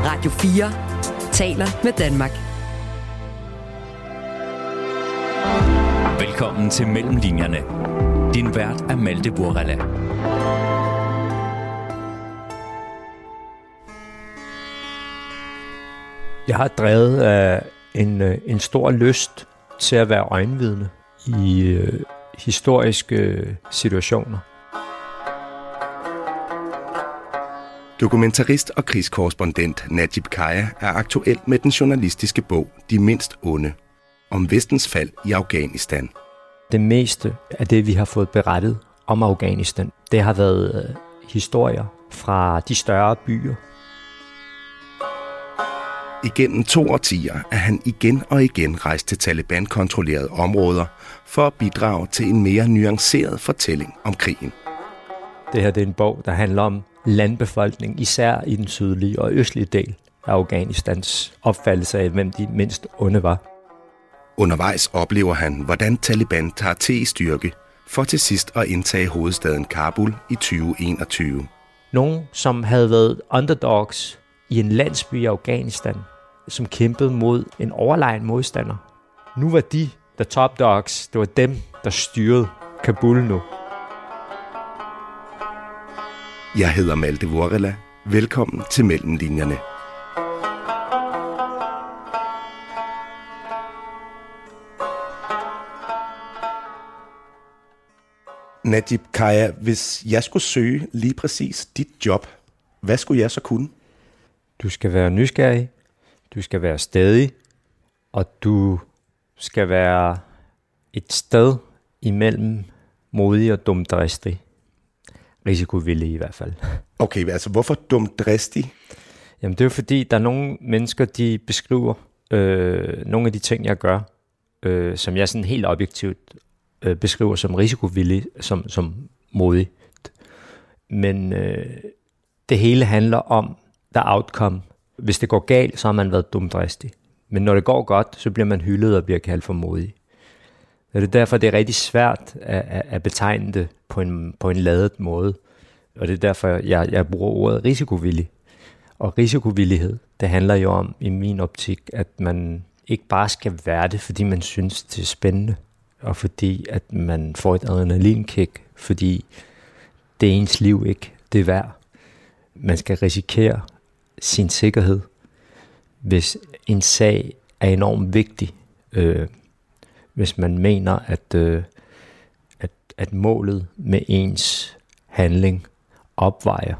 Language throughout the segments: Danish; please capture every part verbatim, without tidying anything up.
Radio fire taler med Danmark. Velkommen til Mellemlinjerne. Din vært er Malte Borrella. Jeg har drevet af en, en stor lyst til at være øjenvidne i øh, historiske situationer. Dokumentarist og krigskorrespondent Najib Khaja er aktuel med den journalistiske bog De mindst onde, om Vestens fald i Afghanistan. Det meste af det, vi har fået berettet om Afghanistan, det har været øh, historier fra de større byer. Igennem to årtier er han igen og igen rejst til Taliban-kontrollerede områder for at bidrage til en mere nuanceret fortælling om krigen. Det her det er en bog, der handler om landbefolkning, især i den sydlige og østlige del af Afghanistans opfattelse af, hvem de mindst onde var. Undervejs oplever han, hvordan Taliban tager til i styrke, for til sidst at indtage hovedstaden Kabul i tyve enogtyve. Nogle, som havde været underdogs i en landsby i Afghanistan, som kæmpede mod en overlegen modstander. Nu var de, der top dogs, det var dem, der styrede Kabul nu. Jeg hedder Malte Borrella. Velkommen til Mellemlinjerne. Najib Khaja, hvis jeg skulle søge lige præcis dit job, hvad skulle jeg så kunne? Du skal være nysgerrig, du skal være stædig, og du skal være et sted imellem modig og dumdristig. Risikovillig i hvert fald. Okay, altså hvorfor dumdristig? Jamen det er jo fordi, der er nogle mennesker, de beskriver øh, nogle af de ting, jeg gør, øh, som jeg sådan helt objektivt øh, beskriver som risikovillig, som, som modig. Men øh, det hele handler om the outcome. Hvis det går galt, så har man været dumdristig. Men når det går godt, så bliver man hyldet og bliver kaldt for modig. Det er derfor, det er rigtig svært at, at betegne det på en, på en ladet måde. Og det er derfor, jeg, jeg bruger ordet risikovillig. Og risikovillighed, det handler jo om, i min optik, at man ikke bare skal være det, fordi man synes, det er spændende. Og fordi at man får et adrenalinkick, fordi det er ens liv ikke, det er værd. Man skal risikere sin sikkerhed, hvis en sag er enormt vigtig. Øh, hvis man mener, at, øh, at, at målet med ens handling opvejer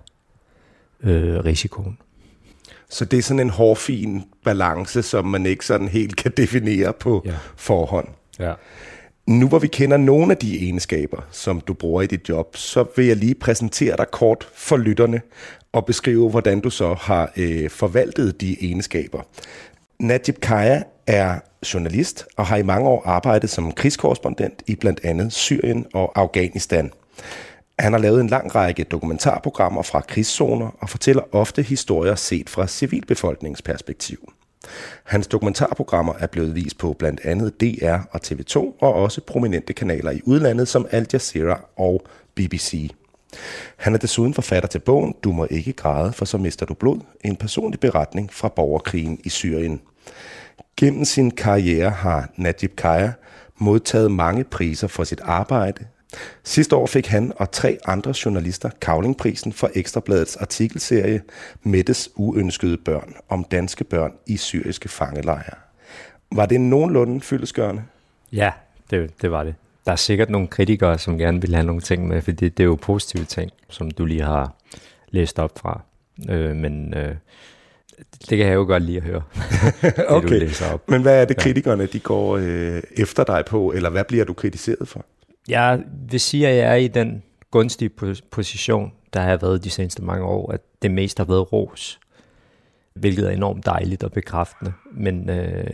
øh, risikoen. Så det er sådan en hårfin balance, som man ikke sådan helt kan definere på ja. forhånd. Ja. Nu hvor vi kender nogle af de egenskaber, som du bruger i dit job, så vil jeg lige præsentere dig kort for lytterne og beskrive, hvordan du så har øh, forvaltet de egenskaber. Najib Khaja er journalist og har i mange år arbejdet som krigskorrespondent i blandt andet Syrien og Afghanistan. Han har lavet en lang række dokumentarprogrammer fra krigszoner og fortæller ofte historier set fra civilbefolkningens perspektiv. Hans dokumentarprogrammer er blevet vist på blandt andet D R og T V to og også prominente kanaler i udlandet som Al Jazeera og B B C. Han er desuden forfatter til bogen Du må ikke græde, for så mister du blod, en personlig beretning fra borgerkrigen i Syrien. Gennem sin karriere har Najib Khaja modtaget mange priser for sit arbejde. Sidste år fik han og tre andre journalister Cavlingprisen for Ekstra Bladets artikelserie Mettes uønskede børn om danske børn i syriske fangelejre. Var det nogenlunde fyldestgørende? Ja, det, det var det. Der er sikkert nogle kritikere, som gerne vil have nogle ting med, fordi det er jo positive ting, som du lige har læst op fra. Øh, men øh, det kan jeg jo godt lide at høre, det okay. du læser op. Men hvad er det, kritikerne de går øh, efter dig på, eller hvad bliver du kritiseret for? Jeg vil sige, at jeg er i den gunstige position, der har været de seneste mange år, at det mest har været ros, hvilket er enormt dejligt og bekræftende. Men øh,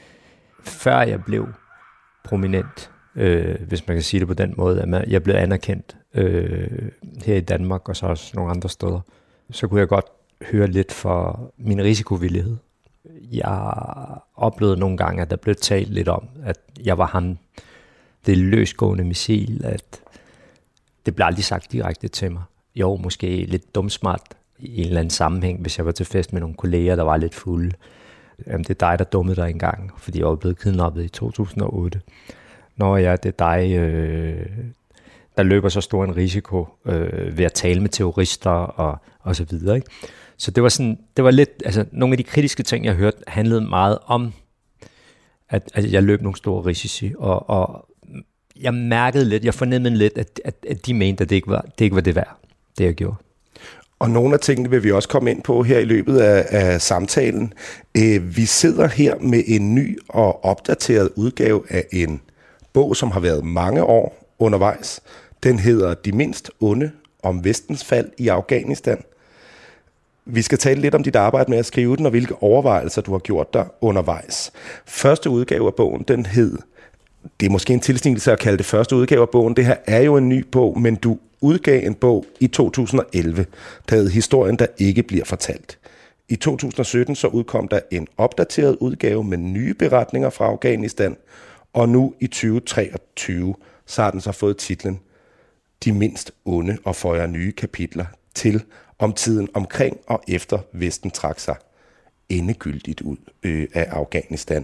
før jeg blev prominent, øh, hvis man kan sige det på den måde, at jeg blev anerkendt øh, her i Danmark og så også nogle andre steder, så kunne jeg godt høre lidt for min risikovillighed. Jeg oplevede nogle gange, at der blev talt lidt om, at jeg var ham, det løsgående missil, at det blev aldrig sagt direkte til mig. Jo, måske lidt dumsmart i en eller anden sammenhæng, hvis jeg var til fest med nogle kolleger, der var lidt fulde. Jamen, det er dig, der dummede dig engang, fordi jeg var blevet kidnappet i to tusind og otte. Nå ja, det er dig, øh, der løber så stor en risiko øh, ved at tale med terrorister og, og så videre. Ikke? Så det var sådan, det var lidt, altså nogle af de kritiske ting, jeg hørte, handlede meget om, at, at jeg løb nogle store risici, og, og jeg mærkede lidt, jeg fornemmede lidt, at, at, at de mente, at det ikke var det, ikke var det værd, det jeg gjorde. Og nogle af tingene vil vi også komme ind på her i løbet af, af samtalen. Øh, vi sidder her med en ny og opdateret udgave af en bog, som har været mange år undervejs. Den hedder De mindst onde, om Vestens fald i Afghanistan. Vi skal tale lidt om dit arbejde med at skrive den, og hvilke overvejelser du har gjort der undervejs. Første udgave af bogen, den hed, det er måske en tilsnigelse at kalde det første udgave af bogen, det her er jo en ny bog, men du udgav en bog i to tusind og elleve, der hed Historien, der ikke bliver fortalt. I to tusind og sytten så udkom der en opdateret udgave med nye beretninger fra Afghanistan, og nu i tyve treogtyve, så har den så fået titlen De mindst onde, og føjer nye kapitler til om tiden omkring og efter Vesten trak sig endegyldigt ud øh, af Afghanistan.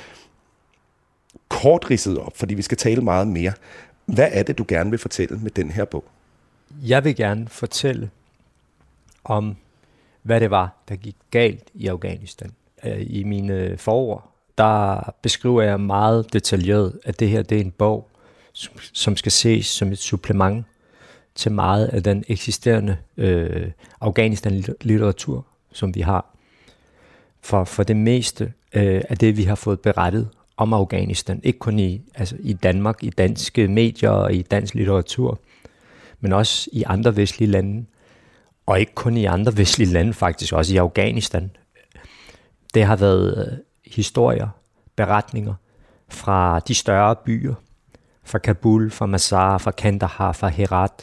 Kort ridset op, fordi vi skal tale meget mere. Hvad er det, du gerne vil fortælle med den her bog? Jeg vil gerne fortælle om, hvad det var, der gik galt i Afghanistan. I mine forord, der beskriver jeg meget detaljeret, at det her det er en bog, som skal ses som et supplement til meget af den eksisterende øh, Afghanistan-litteratur, som vi har. For, for det meste øh, af det, vi har fået berettet om Afghanistan, ikke kun i, altså i Danmark, i danske medier og i dansk litteratur, men også i andre vestlige lande, og ikke kun i andre vestlige lande, faktisk også i Afghanistan. Det har været øh, historier, beretninger fra de større byer, fra Kabul, fra Mazar, fra Kandahar, fra Herat.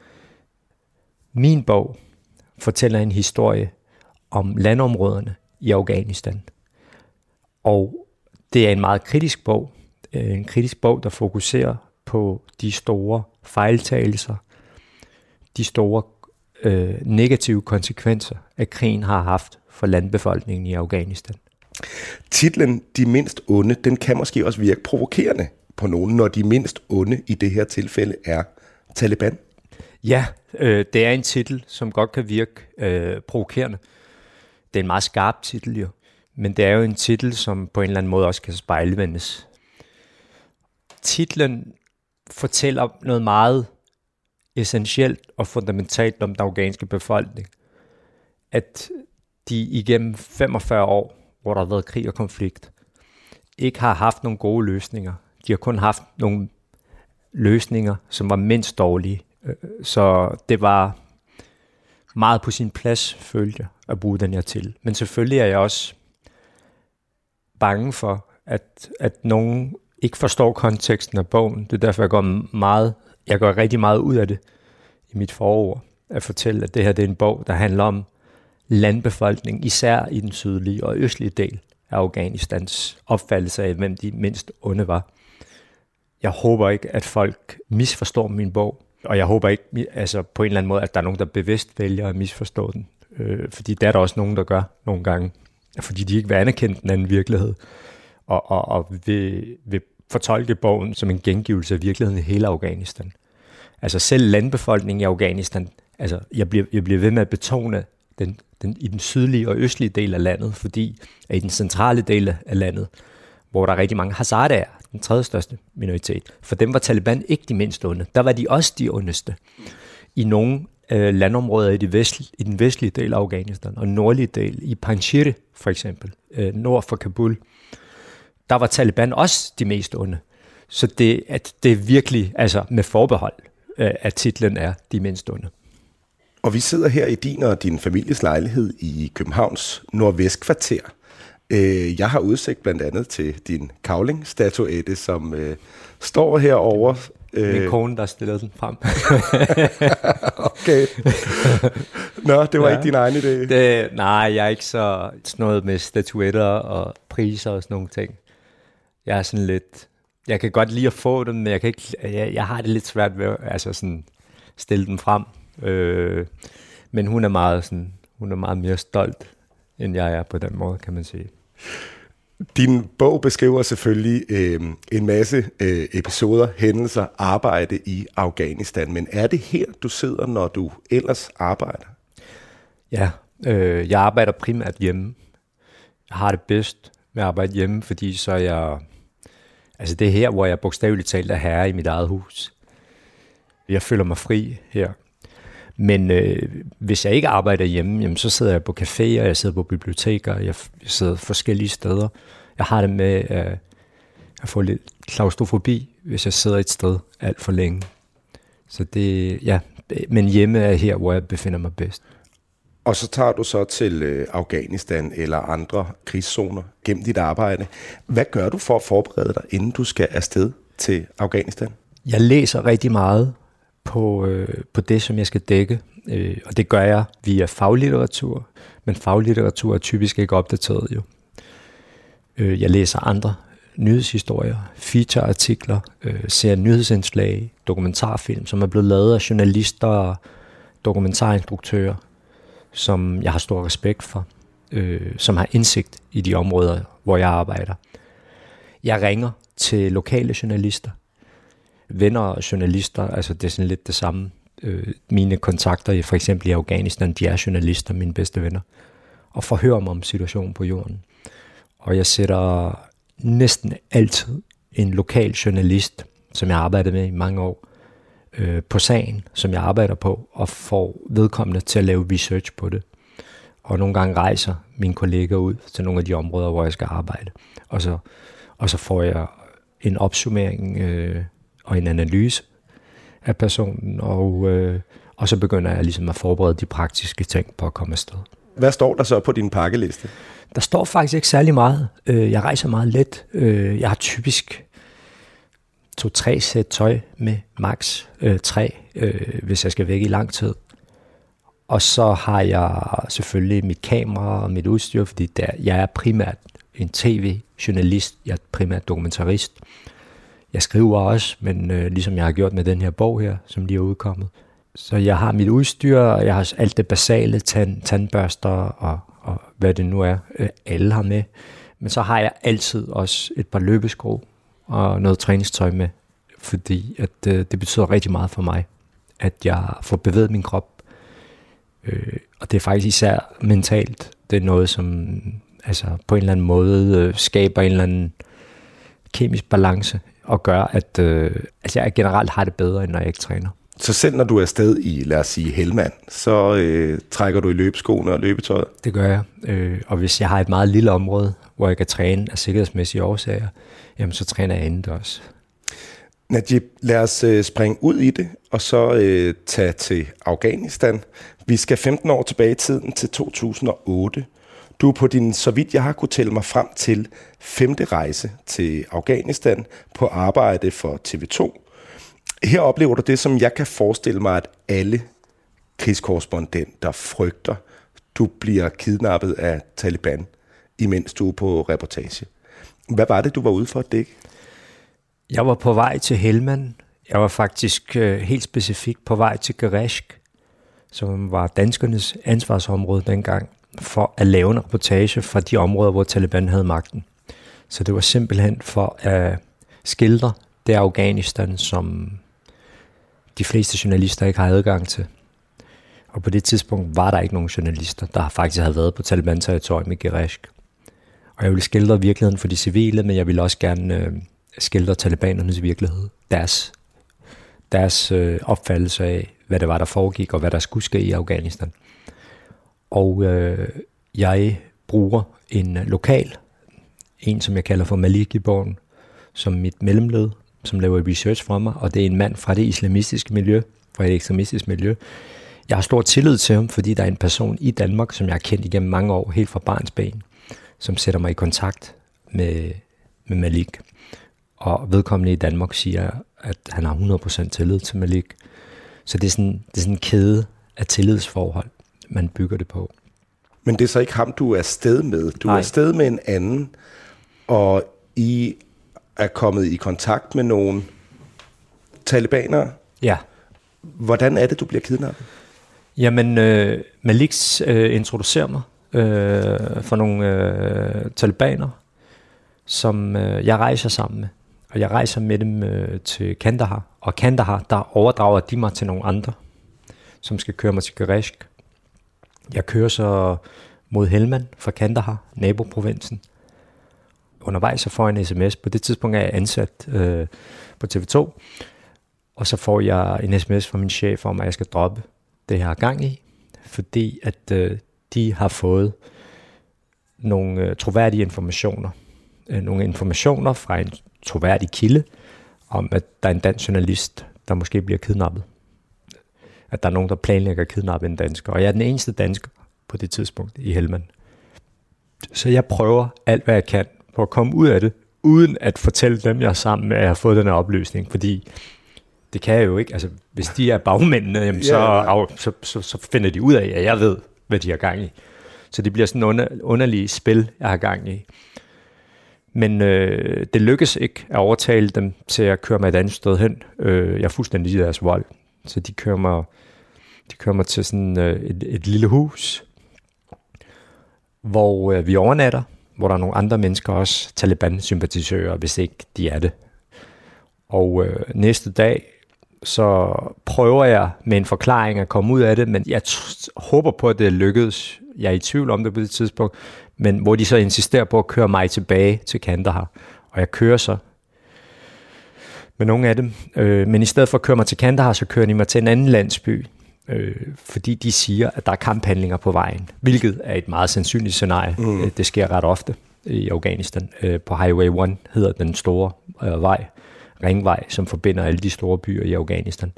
Min bog fortæller en historie om landområderne i Afghanistan. Og det er en meget kritisk bog. En kritisk bog, der fokuserer på de store fejltagelser, de store øh, negative konsekvenser, at krigen har haft for landbefolkningen i Afghanistan. Titlen De mindst onde, den kan måske også virke provokerende på nogen, når de mindst onde i det her tilfælde er Taliban. Ja, øh, det er en titel, som godt kan virke øh, provokerende. Det er en meget skarp titel jo, men det er jo en titel, som på en eller anden måde også kan spejlevendes. Titlen fortæller noget meget essentielt og fundamentalt om den afghanske befolkning. At de igennem femogfyrre år, hvor der har været krig og konflikt, ikke har haft nogle gode løsninger. De har kun haft nogle løsninger, som var mindst dårlige. Så det var meget på sin plads, følte jeg, at bruge den her til. Men selvfølgelig er jeg også bange for, at, at nogen ikke forstår konteksten af bogen. Det er derfor, jeg går, meget, jeg går rigtig meget ud af det i mit forord, at fortælle, at det her det er en bog, der handler om landbefolkning, især i den sydlige og østlige del af Afghanistans opfattelse af, hvem de mindst onde var. Jeg håber ikke, at folk misforstår min bog, og jeg håber ikke altså på en eller anden måde, at der er nogen, der bevidst vælger at misforstå den. Øh, fordi der er der også nogen, der gør nogle gange, fordi de ikke vil anerkende den anden virkelighed, og, og, og vil, vil fortolke bogen som en gengivelse af virkeligheden i hele Afghanistan. Altså selv landbefolkningen i Afghanistan, altså jeg bliver, jeg bliver ved med at betone den, den, i den sydlige og østlige del af landet, fordi i den centrale del af landet, hvor der er rigtig mange hazaraer, den tredje største minoritet. For dem var Taliban ikke de mindst onde. Der var de også de ondeste. I nogle øh, landområder i, de vestl- i den vestlige del af Afghanistan, og nordlige del, i Panjshir for eksempel, øh, nord for Kabul, der var Taliban også de mest onde. Så det, at det er virkelig, altså med forbehold, øh, at titlen er De mindst onde. Og vi sidder her i din og din families lejlighed i Københavns nordvestkvarter. Jeg har udsigt blandt andet til din Cowling-statuette, som øh, står herovre. Min kone, der stillede den frem. Okay. Nå, det var ja. Ikke din egen idé. Det, nej, jeg er ikke så sådan noget med statuetter og priser og sådan nogle ting. Jeg er sådan lidt... Jeg kan godt lide at få dem, men jeg, kan ikke, jeg, jeg har det lidt svært ved at altså sådan, stille dem frem. Øh, men hun er meget sådan... hun er meget mere stolt, end jeg er på den måde, kan man sige. Din bog beskriver selvfølgelig øh, en masse øh, episoder, hændelser, arbejde i Afghanistan. Men er det her, du sidder, når du ellers arbejder? Ja, øh, jeg arbejder primært hjemme. Jeg har det bedst med at arbejde hjemme, fordi så er jeg... Altså det er her, hvor jeg bogstaveligt talt er herre i mit eget hus. Jeg føler mig fri her. Men øh, hvis jeg ikke arbejder hjemme, jamen, så sidder jeg på caféer, jeg sidder på biblioteker, jeg, jeg sidder forskellige steder. Jeg har det med øh, at få lidt klaustrofobi, hvis jeg sidder et sted alt for længe. Så det, ja, men hjemme er her, hvor jeg befinder mig bedst. Og så tager du så til øh, Afghanistan eller andre krigszoner gennem dit arbejde. Hvad gør du for at forberede dig, inden du skal afsted til Afghanistan? Jeg læser rigtig meget på, øh, på det, som jeg skal dække, øh, og det gør jeg via faglitteratur, men faglitteratur er typisk ikke opdateret jo. Øh, jeg læser andre nyhedshistorier, featureartikler, øh, ser nyhedsindslag, dokumentarfilm, som er blevet lavet af journalister og dokumentarinstruktører, som jeg har stor respekt for, øh, som har indsigt i de områder, hvor jeg arbejder. Jeg ringer til lokale journalister, venner og journalister, altså det er sådan lidt det samme. Øh, mine kontakter i for eksempel i Afghanistan, de er journalister, mine bedste venner, og forhører mig om situationen på jorden. Og jeg sætter næsten altid en lokal journalist, som jeg har arbejdet med i mange år, øh, på sagen, som jeg arbejder på, og får vedkommende til at lave research på det. Og nogle gange rejser mine kolleger ud til nogle af de områder, hvor jeg skal arbejde. Og så, og så får jeg en opsummering øh, og en analyse af personen, og, øh, og så begynder jeg ligesom at forberede de praktiske ting på at komme afsted. Hvad står der så på din pakkeliste? Der står faktisk ikke særlig meget. Jeg rejser meget let. Jeg har typisk to-tre sæt tøj med, max øh, tre, øh, hvis jeg skal væk i lang tid. Og så har jeg selvfølgelig mit kamera og mit udstyr, fordi der, jeg er primært en tv-journalist, jeg er primært dokumentarist. Jeg skriver også, men øh, ligesom jeg har gjort med den her bog her, som lige er udkommet. Så jeg har mit udstyr, og jeg har alt det basale, tand, tandbørster og, og hvad det nu er, øh, alle har med. Men så har jeg altid også et par løbesko og noget træningstøj med, fordi at, øh, det betyder rigtig meget for mig, at jeg får bevæget min krop. Øh, og det er faktisk især mentalt. Det er noget, som altså, på en eller anden måde øh, skaber en eller anden kemisk balance og gør, at øh, altså, jeg generelt har det bedre, end når jeg ikke træner. Så selv når du er afsted i, lad os sige, Helmand, så øh, trækker du i løbeskoene og løbetøjet? Det gør jeg. Øh, og hvis jeg har et meget lille område, hvor jeg kan træne af sikkerhedsmæssige årsager, jamen så træner jeg indendørs. Najib, lad os øh, springe ud i det, og så øh, tage til Afghanistan. Vi skal femten år tilbage i tiden til to tusind og otte. Du er på din, så vidt jeg har kunne tælle mig frem til, femte rejse til Afghanistan på arbejde for T V to. Her oplever du det, som jeg kan forestille mig, at alle krigskorrespondenter frygter. Du bliver kidnappet af Taliban, imens du er på reportage. Hvad var det, du var ude for at dække? Jeg var på vej til Helmand. Jeg var faktisk øh, helt specifikt på vej til Gereshk, som var danskernes ansvarsområde dengang, for at lave en reportage fra de områder, hvor Taliban havde magten. Så det var simpelthen for at skildre det Afghanistan, som de fleste journalister ikke har adgang til. Og på det tidspunkt var der ikke nogen journalister, der faktisk havde været på Taliban-territorium i Gereshk. Og jeg ville skildre virkeligheden for de civile, men jeg ville også gerne øh, skildre talibanernes virkelighed. Deres, deres øh, opfattelse af, hvad det var, der foregik, og hvad der skulle ske i Afghanistan. Og øh, jeg bruger en lokal, en som jeg kalder for Malik i bogen, som mit mellemled, som laver research for mig, og det er en mand fra det islamistiske miljø, fra et ekstremistisk miljø. Jeg har stor tillid til ham, fordi der er en person i Danmark, som jeg har kendt igennem mange år, helt fra barnsben, som sætter mig i kontakt med, med Malik. Og vedkommende i Danmark siger, at han har hundrede procent tillid til Malik. Så det er sådan, det er sådan en kæde af tillidsforhold, man bygger det på. Men det er så ikke ham, du er afsted med. Du Nej. er afsted med en anden, og I er kommet i kontakt med nogle talibanere. Ja. Hvordan er det, du bliver kidnappet? Jamen, øh, Maliks øh, introducerer mig øh, for nogle øh, talibaner, som øh, jeg rejser sammen med. Og jeg rejser med dem øh, til Kandahar. Og Kandahar, der overdrager de mig til nogle andre, som skal køre mig til Gereshk. Jeg kører så mod Helmand fra Kandahar, naboprovinsen. Undervejs så får jeg en sms. På det tidspunkt er jeg ansat øh, på T V to. Og så får jeg en sms fra min chef om, at jeg skal droppe det, jeg har gang i. Fordi at øh, de har fået nogle øh, troværdige informationer. Øh, nogle informationer fra en troværdig kilde, om at der er en dansk journalist, der måske bliver kidnappet. At der er nogen, der planlægger at kidnappe en dansker. Og jeg er den eneste dansker på det tidspunkt i Helmand. Så jeg prøver alt, hvad jeg kan, på at komme ud af det, uden at fortælle dem, jeg er sammen med, at jeg har fået den her opløsning. Fordi det kan jeg jo ikke. Altså, hvis de er bagmændene, jamen, så, yeah. så, så, så finder de ud af, at jeg ved, hvad de har gang i. Så det bliver sådan en under, underlig spil, jeg har gang i. Men øh, det lykkes ikke at overtale dem til at køre mig et andet sted hen. Øh, jeg er fuldstændig i deres vold. Så de kører mig, de kører mig til sådan øh, et, et lille hus, hvor øh, vi overnatter, hvor der er nogle andre mennesker, også Taliban-sympatisører, hvis ikke de er det. Og øh, næste dag, så prøver jeg med en forklaring at komme ud af det, men jeg t- håber på, at det lykkedes. Jeg er i tvivl om det på det tidspunkt, men hvor de så insisterer på at køre mig tilbage til Kandahar. Og jeg kører så med nogle af dem. Øh, men i stedet for at køre mig til Kandahar, så kører de mig til en anden landsby, øh, fordi de siger, at der er kamphandlinger på vejen, hvilket er et meget sandsynligt scenarie. Mm. Det sker ret ofte i Afghanistan. Øh, på Highway one hedder den store øh, vej, ringvej, som forbinder alle de store byer i Afghanistan.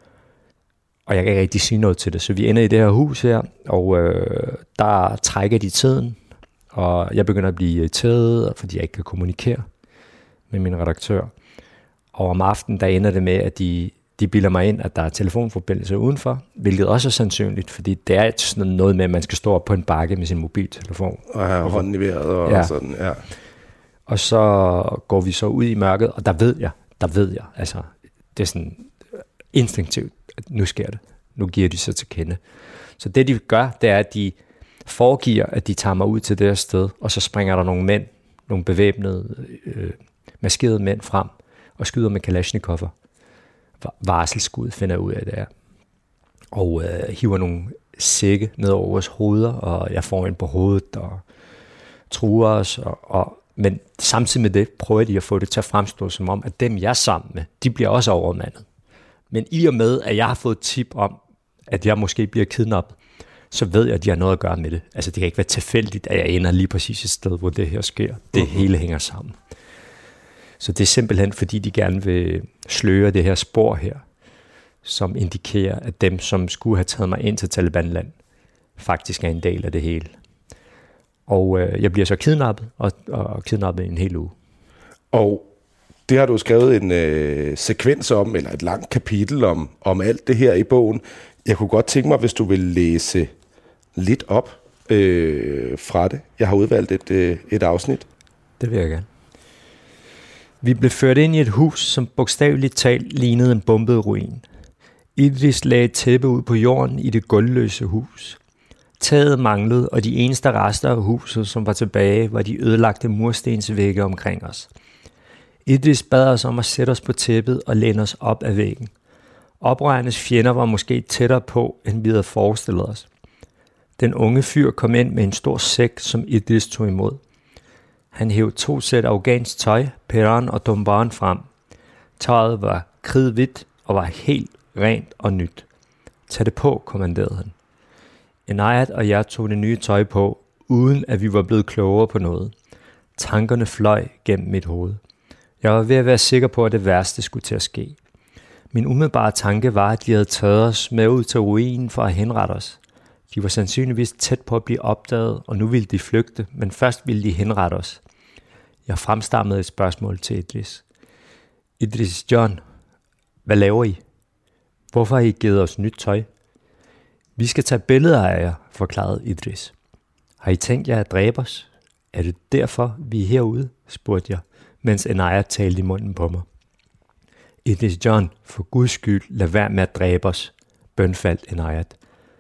Og jeg kan ikke rigtig sige noget til det. Så vi ender i det her hus her, og øh, der trækker de tiden, og jeg begynder at blive irriteret, fordi jeg ikke kan kommunikere med min redaktør. Og om aftenen, der ender det med, at de, de bilder mig ind, at der er telefonforbindelse udenfor, hvilket også er sandsynligt, fordi det er sådan noget med, at man skal stå op på en bakke med sin mobiltelefon. Og have hånden i vejret og ja. sådan, ja. Og så går vi så ud i mørket, og der ved jeg, der ved jeg, altså det er sådan instinktivt, at nu sker det. Nu giver de sig til kende. Så det de gør, det er, at de foregiver, at de tager mig ud til det her sted, og så springer der nogle mænd, nogle bevæbnede, øh, maskerede mænd frem, og skyder med Kalashnikov'er. Varselsskud finder jeg ud af det her. Og øh, hiver nogle sække ned over vores hoveder, og jeg får en på hovedet, og truer os, og, og men samtidig med det prøver de at få det til at fremstå som om, at dem jeg er sammen med, de bliver også overmandet. Men i og med, at jeg har fået tip om, at jeg måske bliver kidnappet, så ved jeg, at de har noget at gøre med det. Altså det kan ikke være tilfældigt, at jeg ender lige præcis et sted, hvor det her sker. Det uh-huh. hele hænger sammen. Så det er simpelthen, fordi de gerne vil sløre det her spor her, som indikerer, at dem, som skulle have taget mig ind til Talibanland, faktisk er en del af det hele. Og øh, jeg bliver så kidnappet, og, og kidnappet i en hel uge. Og det har du skrevet en øh, sekvens om, eller et langt kapitel om, om alt det her i bogen. Jeg kunne godt tænke mig, hvis du vil læse lidt op øh, fra det. Jeg har udvalgt et, øh, et afsnit. Det vil jeg gerne. Vi blev ført ind i et hus, som bogstaveligt talt lignede en bombet ruin. Idris lagde et tæppe ud på jorden i det gulvløse hus. Taget manglede, og de eneste rester af huset, som var tilbage, var de ødelagte murstensvægge omkring os. Idris bad os om at sætte os på tæppet og læne os op ad væggen. Oprørernes fjender var måske tættere på, end vi havde forestillet os. Den unge fyr kom ind med en stor sæk, som Idris tog imod. Han hævde to sæt afghansk tøj, Peran og Dumban frem. Tøjet var kridhvidt og var helt rent og nyt. Tag det på, kommanderede han. Inayat og jeg tog det nye tøj på, uden at vi var blevet klogere på noget. Tankerne fløj gennem mit hoved. Jeg var ved at være sikker på, at det værste skulle til at ske. Min umiddelbare tanke var, at de havde taget os med ud til ruinen for at henrette os. De var sandsynligvis tæt på at blive opdaget, og nu ville de flygte, men først ville de henrette os. Jeg fremstammede et spørgsmål til Idris. Idris, John, hvad laver I? Hvorfor har I givet os nyt tøj? Vi skal tage billeder af jer, forklarede Idris. Har I tænkt jer at dræbe os? Er det derfor, vi er herude? Spurgte jeg, mens Inayat talte i munden på mig. Idris, John, for Guds skyld, lad være med at dræbe os, bønfaldt Inayat.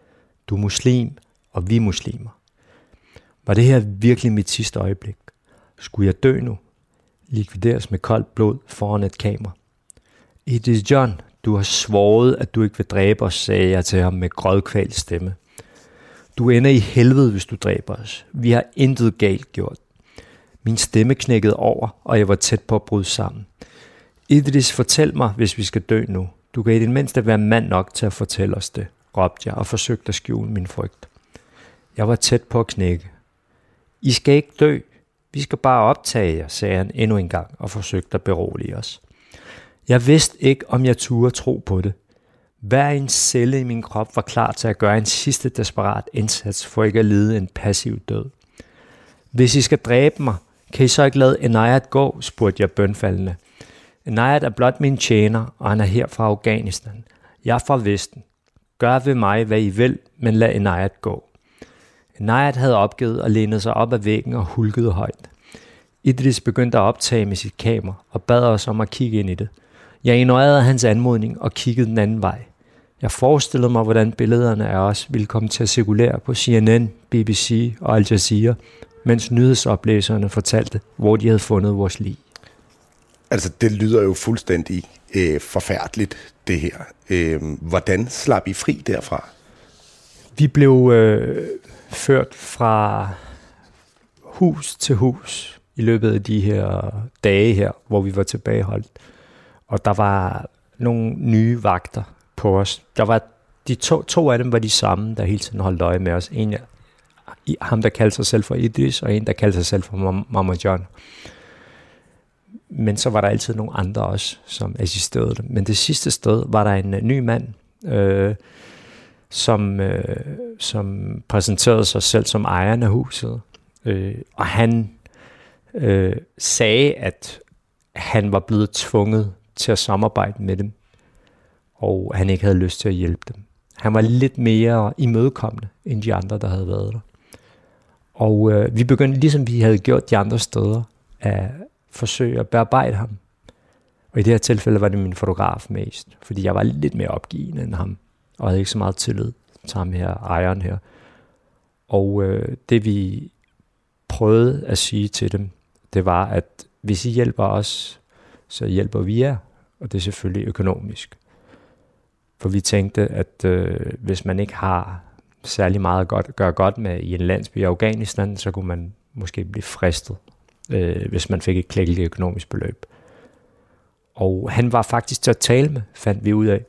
Du er muslim, og vi er muslimer. Var det her virkelig mit sidste øjeblik? Skulle jeg dø nu? Likvideres med koldt blod foran et kamera. Idris John, du har svoret, at du ikke vil dræbe os, sagde jeg til ham med grådkvalt stemme. Du ender i helvede, hvis du dræber os. Vi har intet galt gjort. Min stemme knækkede over, og jeg var tæt på at bryde sammen. Idris, fortæl mig, hvis vi skal dø nu. Du kan i det mindste være mand nok til at fortælle os det, råbte jeg og forsøgte at skjule min frygt. Jeg var tæt på at knække. I skal ikke dø. Vi skal bare optage jer, sagde han endnu en gang og forsøgte at berolige os. Jeg vidste ikke, om jeg turde tro på det. Hver en celle i min krop var klar til at gøre en sidste desperat indsats for ikke at lide en passiv død. Hvis I skal dræbe mig, kan I så ikke lade Enayat gå, spurgte jeg bønfaldende. Enayat er blot min tjener, og han er her fra Afghanistan. Jeg er fra Vesten. Gør ved mig, hvad I vil, men lad Enayat gå. Enayat havde opgivet og lænede sig op ad væggen og hulkede højt. Idris begyndte at optage med sit kamera og bad os om at kigge ind i det. Jeg ignorerede hans anmodning og kiggede den anden vej. Jeg forestillede mig, hvordan billederne af os ville komme til at cirkulere på C N N, B B C og Al Jazeera, mens nyhedsoplæserne fortalte, hvor de havde fundet vores lig. Altså, det lyder jo fuldstændig øh, forfærdeligt, det her. Øh, hvordan slap I fri derfra? Vi blev øh, ført fra hus til hus i løbet af de her dage her, hvor vi var tilbageholdt. Og der var nogle nye vagter på os. Der var de to, to af dem var de samme, der hele tiden holdt øje med os. En af ham, der kaldte sig selv for Idris, og en, der kaldte sig selv for Mama John. Men så var der altid nogle andre også, som assisterede dem. Men det sidste sted var der en uh, ny mand, øh, som, øh, som præsenterede sig selv som ejeren af huset. Øh, og han øh, sagde, at han var blevet tvunget til at samarbejde med dem, og han ikke havde lyst til at hjælpe dem. Han var lidt mere imødekommende end de andre, der havde været der. Og øh, vi begyndte, ligesom vi havde gjort de andre steder, at forsøge at bearbejde ham. Og i det her tilfælde var det min fotograf mest, fordi jeg var lidt mere opgivende end ham, og havde ikke så meget tillid til ham her, ejeren her. Og øh, det vi prøvede at sige til dem, det var, at hvis I hjælper os, så hjælper vi jer, og det er selvfølgelig økonomisk. For vi tænkte, at øh, hvis man ikke har særlig meget at godt, gøre godt med i en landsby i Afghanistan, så kunne man måske blive fristet, øh, hvis man fik et klækkeligt økonomisk beløb. Og han var faktisk til at tale med, fandt vi ud af.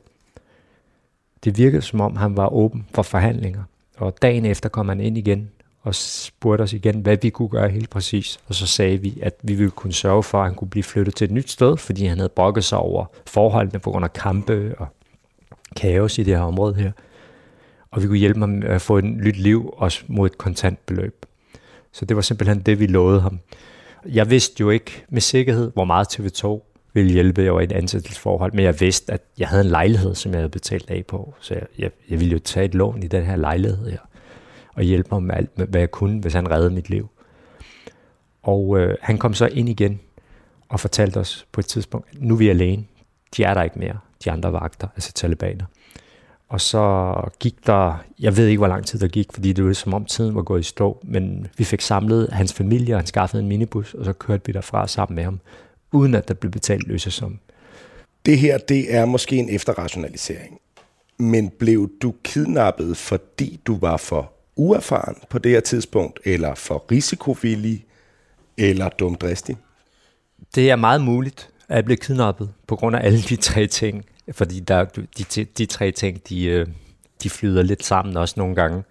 Det virkede som om, han var åben for forhandlinger. Og dagen efter kom han ind igen og spurgte os igen, hvad vi kunne gøre helt præcis. Og så sagde vi, at vi ville kunne sørge for, at han kunne blive flyttet til et nyt sted, fordi han havde brokket sig over forholdene på grund af kampe og kaos i det her område her. Og vi kunne hjælpe ham at få et nyt liv, også mod et kontant beløb. Så det var simpelthen det, vi lovede ham. Jeg vidste jo ikke med sikkerhed, hvor meget T V to ville hjælpe. Jeg var i et ansættelsesforhold, men jeg vidste, at jeg havde en lejlighed, som jeg havde betalt af på. Så jeg, jeg, jeg ville jo tage et lån i den her lejlighed her, og hjælpe ham med alt, med, hvad jeg kunne, hvis han reddede mit liv. Og øh, han kom så ind igen og fortalte os på et tidspunkt, nu er vi alene. De er der ikke mere, de andre vagter, altså talibaner. Og så gik der, jeg ved ikke, hvor lang tid der gik, fordi det var som om tiden var gået i stå, men vi fik samlet hans familie, og han skaffede en minibus, og så kørte vi derfra sammen med ham, uden at der blev betalt løsesum. Det her, det er måske en efterrationalisering. Men blev du kidnappet, fordi du var for uerfaren på det her tidspunkt, eller for risikovillig, eller dumdristig? Det er meget muligt, at jeg blev kidnappet på grund af alle de tre ting. Fordi der, de, de tre ting, de, de flyder lidt sammen også nogle gange.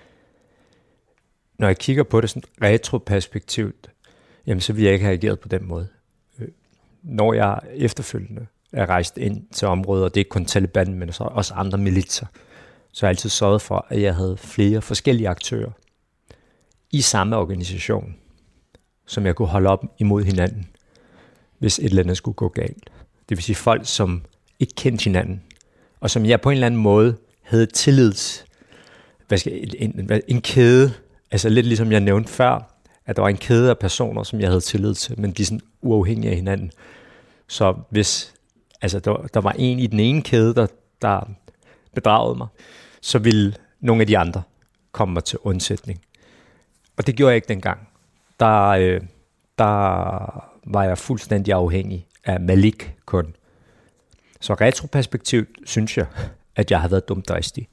Når jeg kigger på det sådan retroperspektivt, jamen så vil jeg ikke have ageret på den måde. Når jeg efterfølgende er rejst ind til områder, og det er ikke kun Taliban, men også andre militser, så har jeg altid sørget for, at jeg havde flere forskellige aktører i samme organisation, som jeg kunne holde op imod hinanden, hvis et eller andet skulle gå galt. Det vil sige folk, som ikke kendte hinanden, og som jeg på en eller anden måde havde tillids, hvad skal, en, en, en kæde, altså lidt ligesom jeg nævnte før, at der var en kæde af personer, som jeg havde tillid til, men de er sådan uafhængige af hinanden. Så hvis altså der, der var en i den ene kæde, der, der bedragede mig, så ville nogle af de andre kommer til undsætning. Og det gjorde jeg ikke dengang. Der, øh, der var jeg fuldstændig afhængig af Malik kun. Så retroperspektivt synes jeg, at jeg har været dumdristig.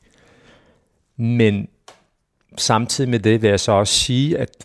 Men samtidig med det vil jeg så også sige, at,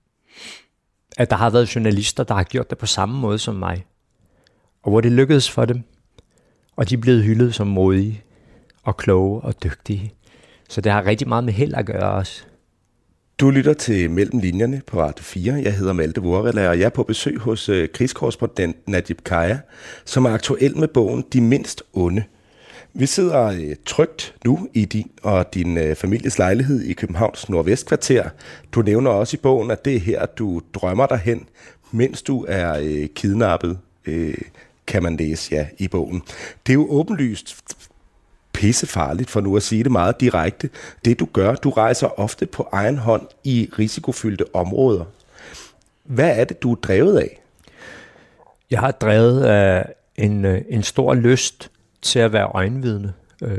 at der har været journalister, der har gjort det på samme måde som mig. Og hvor det lykkedes for dem. Og de er blevet hyldet som modige og kloge og dygtige. Så det har rigtig meget med held at gøre også. Du lytter til Mellem Linjerne på Radio fire. Jeg hedder Malte Vorela, og jeg er på besøg hos øh, krigskorrespondent Najib Khaja, som er aktuel med bogen De mindst onde. Vi sidder øh, trygt nu i din og din øh, families lejlighed i Københavns Nordvestkvarter. Du nævner også i bogen, at det er her, du drømmer dig hen, mens du er øh, kidnappet, øh, kan man læse ja, i bogen. Det er jo åbenlyst pissefarligt, for nu at sige det meget direkte. Det du gør, du rejser ofte på egen hånd i risikofyldte områder. Hvad er det, du er drevet af? Jeg har drevet af en, en stor lyst til at være øjenvidne øh,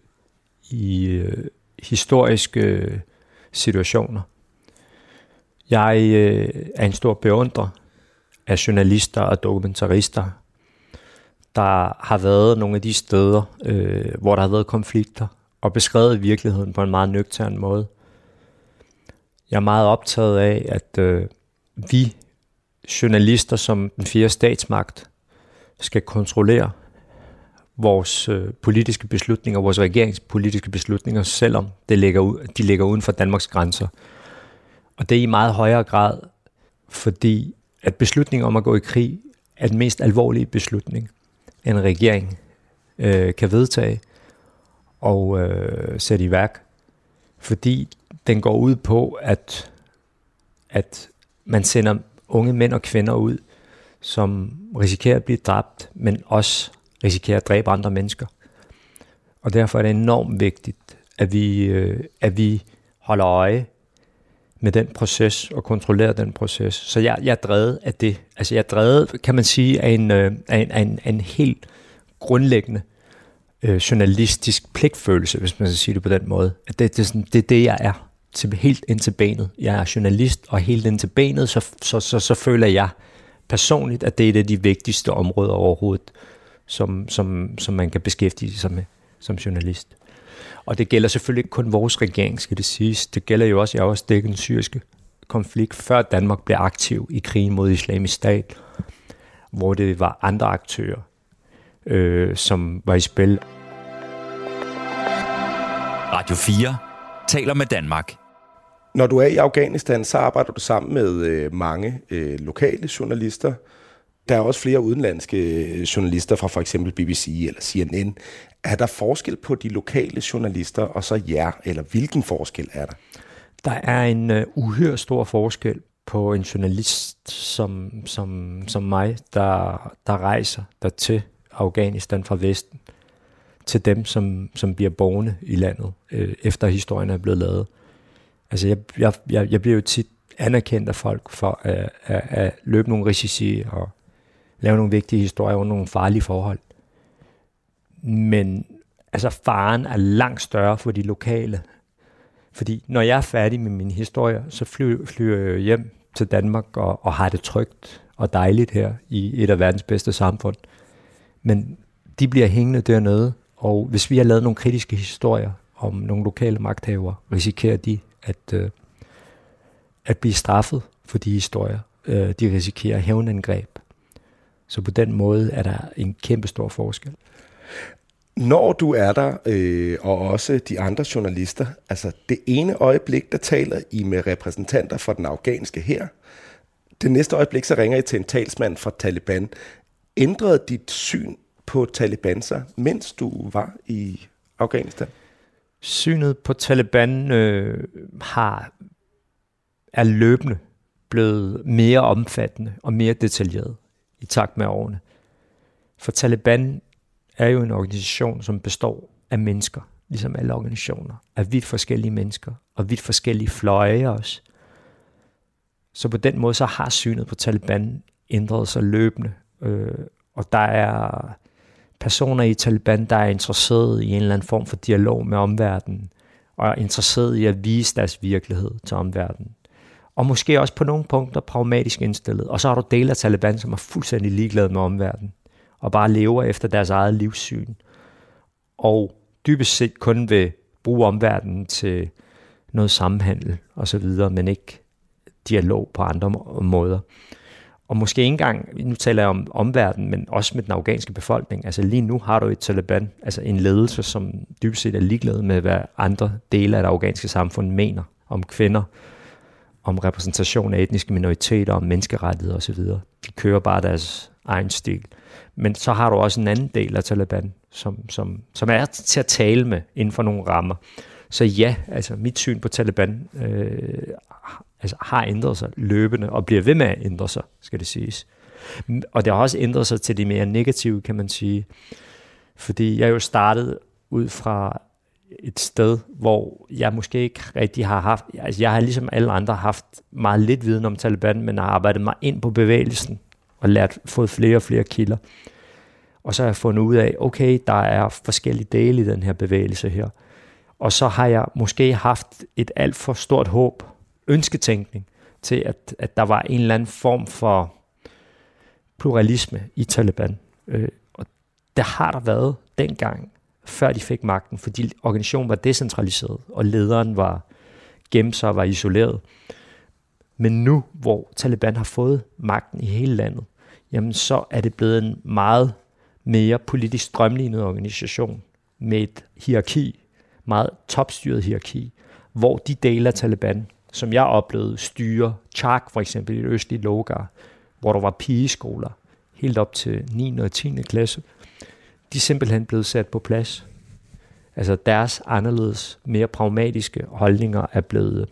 i øh, historiske situationer. Jeg øh, er en stor beundrer af journalister og dokumentarister, der har været nogle af de steder, øh, hvor der har været konflikter, og beskrevet virkeligheden på en meget nøgtern måde. Jeg er meget optaget af, at øh, vi journalister som den fjerde statsmagt skal kontrollere vores øh, politiske beslutninger, vores regeringspolitiske beslutninger, selvom det ligger ud, de ligger uden for Danmarks grænser. Og det er i meget højere grad, fordi at beslutningen om at gå i krig er den mest alvorlige beslutning, en regering øh, kan vedtage og øh, sætte i værk, fordi den går ud på, at, at man sender unge mænd og kvinder ud, som risikerer at blive dræbt, men også risikerer at dræbe andre mennesker. Og derfor er det enormt vigtigt, at vi, øh, at vi holder øje med den proces og kontrollerer den proces. Så jeg, jeg er drevet af det. Altså jeg er drevet, kan man sige, af en, øh, af en, af en, af en helt grundlæggende øh, journalistisk pligtfølelse, hvis man skal sige det på den måde. At det, det, er sådan, det er det, jeg er. Til, helt ind til benet. Jeg er journalist, og helt ind til benet, så, så, så, så føler jeg personligt, at det er et af de vigtigste områder overhovedet, som, som, som man kan beskæftige sig med som journalist. Og det gælder selvfølgelig ikke kun vores regering, skal det siges. Det gælder jo også, jeg har også dækket den syriske konflikt, før Danmark blev aktiv i krigen mod Islamisk Stat, hvor det var andre aktører, øh, som var i spil. Radio fire taler med Danmark. Når du er i Afghanistan, så arbejder du sammen med øh, mange øh, lokale journalister. Der er også flere udenlandske journalister fra for eksempel B B C eller C N N. Er der forskel på de lokale journalister og så jer, eller hvilken forskel er der? Der er en uh, uhyre stor forskel på en journalist som, som, som mig, der, der rejser der til Afghanistan fra Vesten, til dem, som, som bliver boende i landet, øh, efter historien er blevet lavet. Altså jeg, jeg, jeg, jeg bliver jo tit anerkendt af folk for at, at, at løbe nogle risici og lave nogle vigtige historier under nogle farlige forhold. Men altså faren er langt større for de lokale. Fordi når jeg er færdig med mine historier, så flyver, flyver jeg hjem til Danmark og, og har det trygt og dejligt her i et af verdens bedste samfund. Men de bliver hængende dernede, og hvis vi har lavet nogle kritiske historier om nogle lokale magthavere, risikerer de at, øh, at blive straffet for de historier. Øh, de risikerer hævnangreb. Så på den måde er der en kæmpe stor forskel. Når du er der, øh, og også de andre journalister, altså det ene øjeblik, der taler I med repræsentanter for den afghanske hær, det næste øjeblik, så ringer I til en talsmand fra Taliban. Ændrede dit syn på Taliban sig, mens du var i Afghanistan? Synet på Taliban øh, har, er løbende blevet mere omfattende og mere detaljeret i takt med årene. For Taliban er jo en organisation, som består af mennesker, ligesom alle organisationer, af vidt forskellige mennesker, og vidt forskellige fløje også. Så på den måde, så har synet på Taliban ændret sig løbende, øh, og der er personer i Taliban, der er interesseret i en eller anden form for dialog med omverdenen, og er interesseret i at vise deres virkelighed til omverdenen. Og måske også på nogle punkter pragmatisk indstillet. Og så har du dele af Taliban, som er fuldstændig ligeglade med omverdenen, og bare lever efter deres eget livssyn. Og dybest set kun vil bruge omverdenen til noget samhandel og så videre, men ikke dialog på andre måder. Og måske ikke engang, nu taler jeg om omverdenen, men også med den afghanske befolkning. Altså lige nu har du et Taliban, altså en ledelse, som dybest set er ligeglad med, hvad andre dele af det afghanske samfund mener om kvinder, om repræsentation af etniske minoriteter, om menneskerettigheder osv. De kører bare deres egen stil. Men så har du også en anden del af Taliban, som, som, som er til at tale med inden for nogle rammer. Så ja, altså mit syn på Taliban øh, altså, har ændret sig løbende, og bliver ved med at ændre sig, skal det siges. Og det har også ændret sig til det mere negative, kan man sige. Fordi jeg jo startede ud fra et sted, hvor jeg måske ikke rigtig har haft, altså jeg har ligesom alle andre haft meget lidt viden om Taliban, men har arbejdet mig ind på bevægelsen og lært, fået flere og flere kilder. Og så har jeg fundet ud af, okay, der er forskellige dele i den her bevægelse her. Og så har jeg måske haft et alt for stort håb, ønsketænkning, til at, at der var en eller anden form for pluralisme i Taliban. Øh, og der har der været dengang, før de fik magten, fordi organisationen var decentraliseret, og lederen var gemt sig og var isoleret. Men nu, hvor Taliban har fået magten i hele landet, jamen så er det blevet en meget mere politisk strømlignet organisation med et hierarki, meget topstyret hierarki, hvor de dele af Taliban, som jeg oplevede, styre Chak for eksempel i det østlige Logar, hvor der var pigeskoler helt op til niende og tiende klasse, de er simpelthen blevet sat på plads. Altså deres anderledes, mere pragmatiske holdninger er blevet,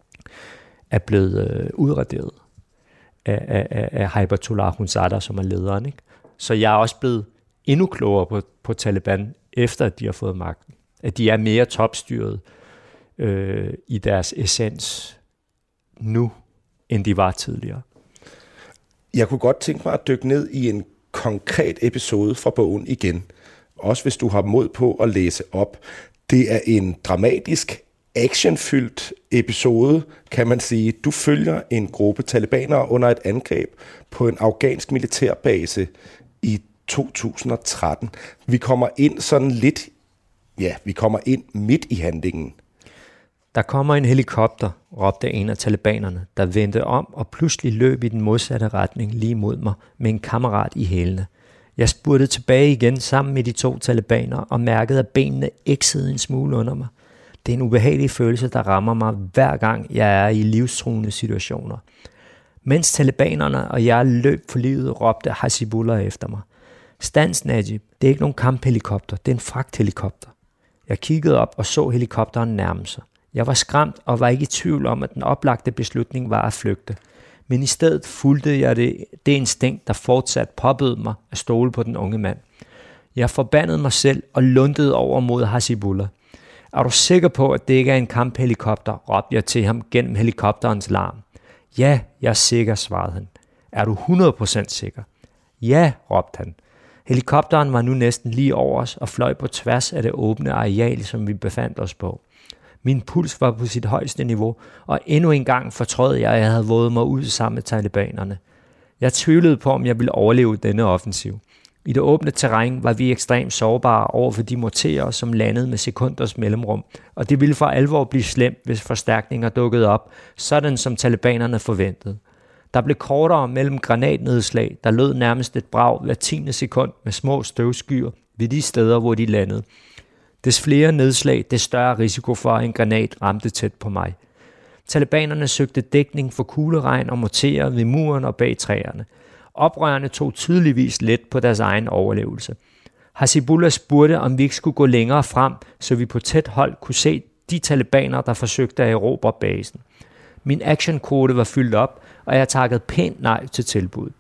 er blevet øh, udraderet af, af, af Haibatullah Akhundzada, som er lederen. Ikke? Så jeg er også blevet endnu klogere på, på Taliban, efter at de har fået magten. At de er mere topstyret øh, i deres essens nu, end de var tidligere. Jeg kunne godt tænke mig at dykke ned i en konkret episode fra bogen igen. Også hvis du har mod på at læse op. Det er en dramatisk, actionfyldt episode, kan man sige. Du følger en gruppe talibanere under et angreb på en afghansk militærbase i to tusind og tretten. Vi kommer ind sådan lidt, ja, vi kommer ind midt i handlingen. Der kommer en helikopter, råbte en af talibanerne, der vendte om og pludselig løb i den modsatte retning lige mod mig med en kammerat i hælene. Jeg spurgte tilbage igen sammen med de to talibanere og mærkede, at benene eksede en smule under mig. Det er en ubehagelig følelse, der rammer mig hver gang jeg er i livstruende situationer. Mens talibanerne og jeg løb for livet, råbte Hasibullah efter mig. Stans, Najib, det er ikke nogen kamphelikopter, det er en fragthelikopter. Jeg kiggede op og så helikopteren nærme sig. Jeg var skræmt og var ikke i tvivl om, at den oplagte beslutning var at flygte. Men i stedet fulgte jeg det, det instinkt, der fortsat påbød mig at stole på den unge mand. Jeg forbandede mig selv og lundede over mod Hasibullah. Er du sikker på, at det ikke er en kamphelikopter, råbte jeg til ham gennem helikopterens larm. Ja, jeg er sikker, svarede han. Er du hundrede procent sikker? Ja, råbte han. Helikopteren var nu næsten lige over os og fløj på tværs af det åbne areal, som vi befandt os på. Min puls var på sit højeste niveau, og endnu en gang fortrød jeg, at jeg havde våget mig ud sammen med talibanerne. Jeg tvivlede på, om jeg ville overleve denne offensiv. I det åbne terræn var vi ekstremt sårbare over for de morterer, som landede med sekunders mellemrum, og det ville for alvor blive slemt, hvis forstærkninger dukkede op, sådan som talibanerne forventede. Der blev kortere mellem granatnedslag, der lød nærmest et brag hver tiende sekund med små støvskyer ved de steder, hvor de landede. Des flere nedslag, des større risiko for, at en granat ramte tæt på mig. Talibanerne søgte dækning for kugleregn og morterer ved muren og bag træerne. Oprørerne tog tydeligvis let på deres egen overlevelse. Hasibullah spurgte, om vi ikke skulle gå længere frem, så vi på tæt hold kunne se de talibanere, der forsøgte at erobre basen. Min actionkode var fyldt op, og jeg takkede pænt nej til tilbuddet.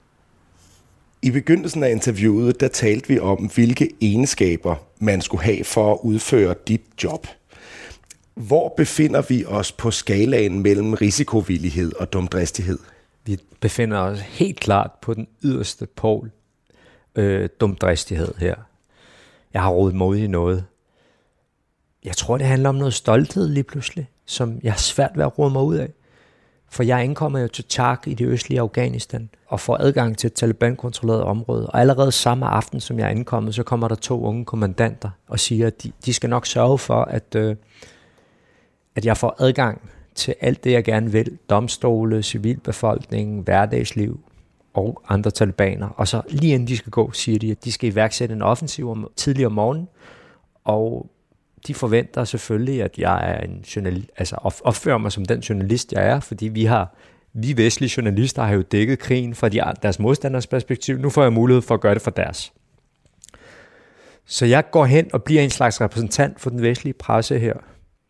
I begyndelsen af interviewet, der talte vi om, hvilke egenskaber man skulle have for at udføre dit job. Hvor befinder vi os på skalaen mellem risikovillighed og dumdristighed? Vi befinder os helt klart på den yderste pol, øh, dumdristighed her. Jeg har rodet mod i noget. jeg tror, det handler om noget stolthed lige pludselig, som jeg har svært ved at rode mig ud af. For jeg ankommer jo til Chak i det østlige Afghanistan og får adgang til et Taliban-kontrolleret område. Og allerede samme aften, som jeg er ankommet, så kommer der to unge kommandanter og siger, at de, de skal nok sørge for, at, øh, at jeg får adgang til alt det, jeg gerne vil. Domstole, civilbefolkning, hverdagsliv og andre talibaner. Og så lige inden de skal gå, siger de, at de skal iværksætte en offensiv om, tidlig om morgenen. Og de forventer selvfølgelig, at jeg er en journalist, altså opfører mig som den journalist, jeg er, fordi vi har, vi vestlige journalister har jo dækket krigen fra de, deres modstanders perspektiv. Nu får jeg mulighed for at gøre det for deres. Så jeg går hen og bliver en slags repræsentant for den vestlige presse her.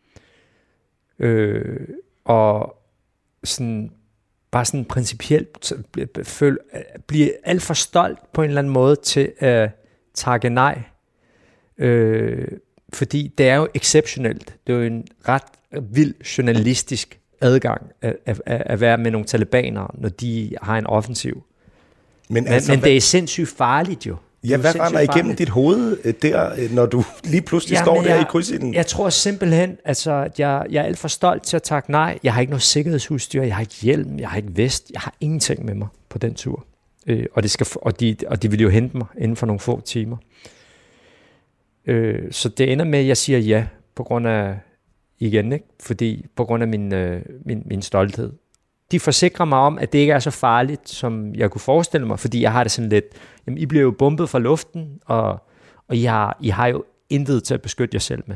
Øh, og sådan, bare sådan principielt føl, bliver alt for stolt på en eller anden måde til at takke nej. Øh, fordi det er jo exceptionelt. Det er jo en ret vild journalistisk adgang at, at, at være med nogle talibanere, når de har en offensiv. Men, altså, men, men det er sindssygt farligt jo. Ja, hvad render igennem dit hoved der, når du lige pludselig ja, står der jeg, i krydsilden? Jeg tror simpelthen, altså, at jeg, jeg er alt for stolt til at takke nej. Jeg har ikke noget sikkerhedsudstyr, jeg har ikke hjelm, jeg har ikke vest, jeg har ingenting med mig på den tur. Øh, og, det skal, og, de, og de vil jo hente mig inden for nogle få timer. Øh, så det ender med, at jeg siger ja, på grund af, igen, ikke? Fordi på grund af min, øh, min, min stolthed. De forsikrer mig om, at det ikke er så farligt, som jeg kunne forestille mig, fordi jeg har det sådan lidt, jamen I bliver jo bombet fra luften, og, og I, har, I har jo intet til at beskytte jer selv med.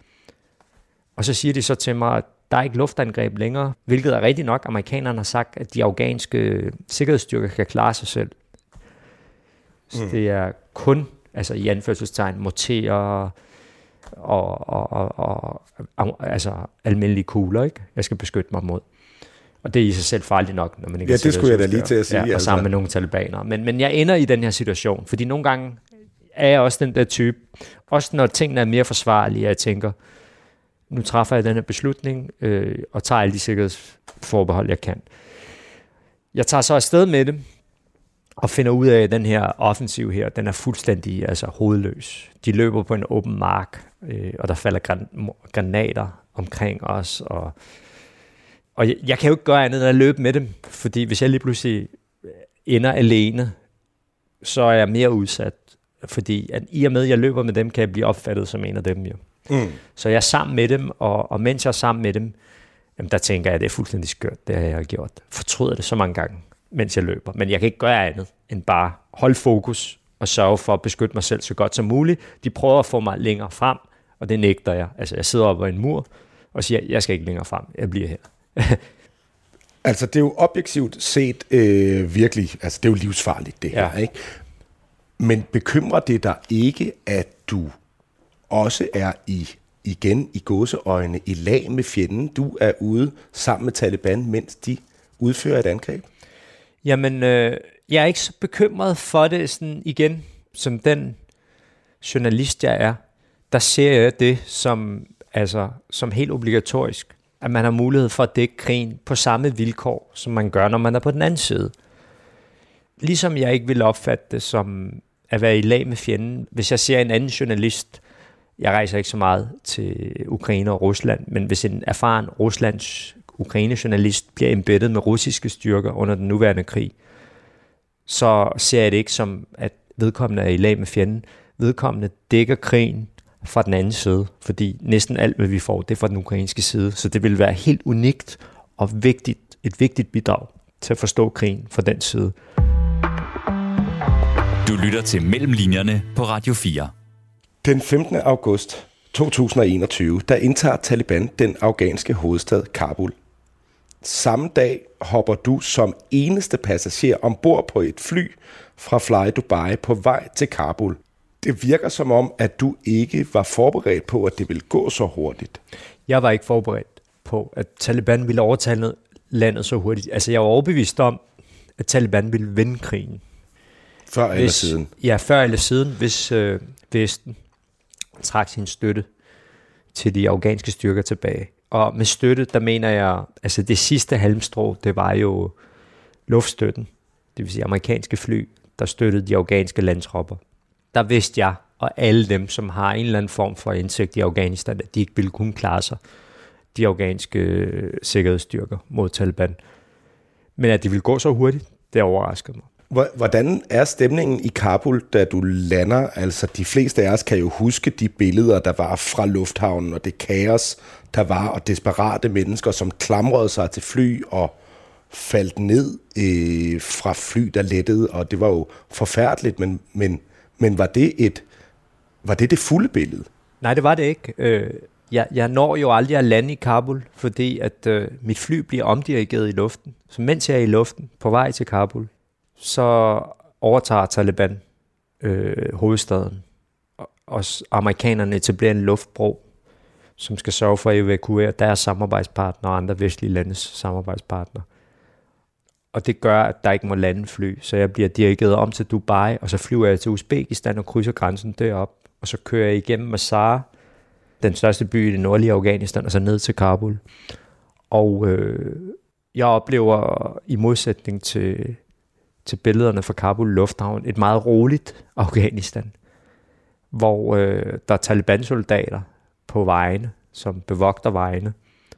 Og så siger de så til mig, at der er ikke luftangreb længere, hvilket er rigtigt nok. Amerikanerne har sagt, at de afghanske sikkerhedsstyrker kan klare sig selv. Så mm. det er kun, altså i anførselstegn, morterer og, og, og, og, og altså almindelige kugler, ikke? Jeg skal beskytte mig mod. Og det er i sig selv farligt nok, når man ikke ja, det skulle jeg da lige til at sige. Ja, og altså. Sammen med nogle talibanere. Men, men jeg ender i den her situation, fordi nogle gange er jeg også den der type, også når tingene er mere forsvarlige, jeg tænker, nu træffer jeg den her beslutning, øh, og tager alle de sikkerhedsforbehold, jeg kan. Jeg tager så afsted med det, og finder ud af, at den her offensiv her, den er fuldstændig altså, hovedløs. De løber på en åben mark, øh, og der falder gran- granater omkring os, og Og jeg, jeg kan jo ikke gøre andet end at løbe med dem, fordi hvis jeg lige pludselig ender alene, så er jeg mere udsat. Fordi at i og med, at jeg løber med dem, kan jeg blive opfattet som en af dem jo. Mm. Så jeg er sammen med dem, og, og mens jeg er sammen med dem, jamen, der tænker jeg, at det er fuldstændig skørt, det har jeg gjort. Fortryder det så mange gange, mens jeg løber. Men jeg kan ikke gøre andet end bare holde fokus og sørge for at beskytte mig selv så godt som muligt. De prøver at få mig længere frem, og det nægter jeg. Altså jeg sidder oppe på en mur og siger, jeg skal ikke længere frem, jeg bliver her. Altså det er jo objektivt set øh, virkelig, altså det er jo livsfarligt det her, ja. Ikke? Men bekymrer det dig ikke, at du også er i, igen i gåseøjne, i lag med fjenden? Du er ude sammen med Taliban, mens de udfører et angreb? Jamen, øh, jeg er ikke så bekymret for det sådan igen, som den journalist jeg er. Der ser jeg det som, altså, som helt obligatorisk. At man har mulighed for at dække krigen på samme vilkår, som man gør, når man er på den anden side. Ligesom jeg ikke vil opfatte det som at være i lag med fjenden. Hvis jeg ser en anden journalist, jeg rejser ikke så meget til Ukraine og Rusland, men hvis en erfaren Ruslands Ukraine-journalist bliver embedded med russiske styrker under den nuværende krig, så ser jeg det ikke som, at vedkommende er i lag med fjenden. Vedkommende dækker krigen fra den anden side, fordi næsten alt, hvad vi får, det er fra den ukrainske side. Så det vil være helt unikt og vigtigt, et vigtigt bidrag til at forstå krigen fra den side. Du lytter til Mellemlinjerne på Radio fire. Den femtende august to tusind og enogtyve, der indtager Taliban den afghanske hovedstad Kabul. Samme dag hopper du som eneste passager ombord på et fly fra Fly Dubai på vej til Kabul. Det virker som om, at du ikke var forberedt på, at det ville gå så hurtigt. Jeg var ikke forberedt på, at Taliban ville overtage landet så hurtigt. Altså, jeg var overbevist om, at Taliban ville vinde krigen. Før eller hvis, siden? Ja, før eller siden, hvis øh, Vesten trak sin støtte til de afghanske styrker tilbage. Og med støtte, der mener jeg, altså det sidste halmstrå, det var jo luftstøtten. Det vil sige amerikanske fly, der støttede de afghanske landtropper. Der vidste jeg og alle dem, som har en eller anden form for indsigt i Afghanistan, at de ikke ville kunne klare sig, de afghanske sikkerhedsstyrker mod Taliban. Men at de ville gå så hurtigt, det overraskede mig. Hvordan er stemningen i Kabul, da du lander? Altså, de fleste af os kan jo huske de billeder, der var fra lufthavnen, og det kaos, der var, og desperate mennesker, som klamrede sig til fly og faldt ned øh, fra fly, der lettede, og det var jo forfærdeligt, men, men, men var det et var det det fulde billede? Nej, det var det ikke. Øh, jeg, jeg når jo aldrig at lande i Kabul, fordi at øh, mit fly bliver omdirigeret i luften. Så mens jeg er i luften på vej til Kabul, så overtager Taliban øh, hovedstaden, og, og amerikanerne etablerer en luftbro, som skal sørge for at evakuere deres samarbejdspartnere og andre vestlige landes samarbejdspartnere. Og det gør, at der ikke må lande fly, så jeg bliver dirigeret om til Dubai, og så flyver jeg til Uzbekistan og krydser grænsen derop, og så kører jeg igennem Mazar, den største by i det nordlige Afghanistan, og så ned til Kabul. Og øh, jeg oplever i modsætning til, til billederne fra Kabul Lufthavn et meget roligt Afghanistan, hvor øh, der er Taliban-soldater på vejene, som bevogter vejene.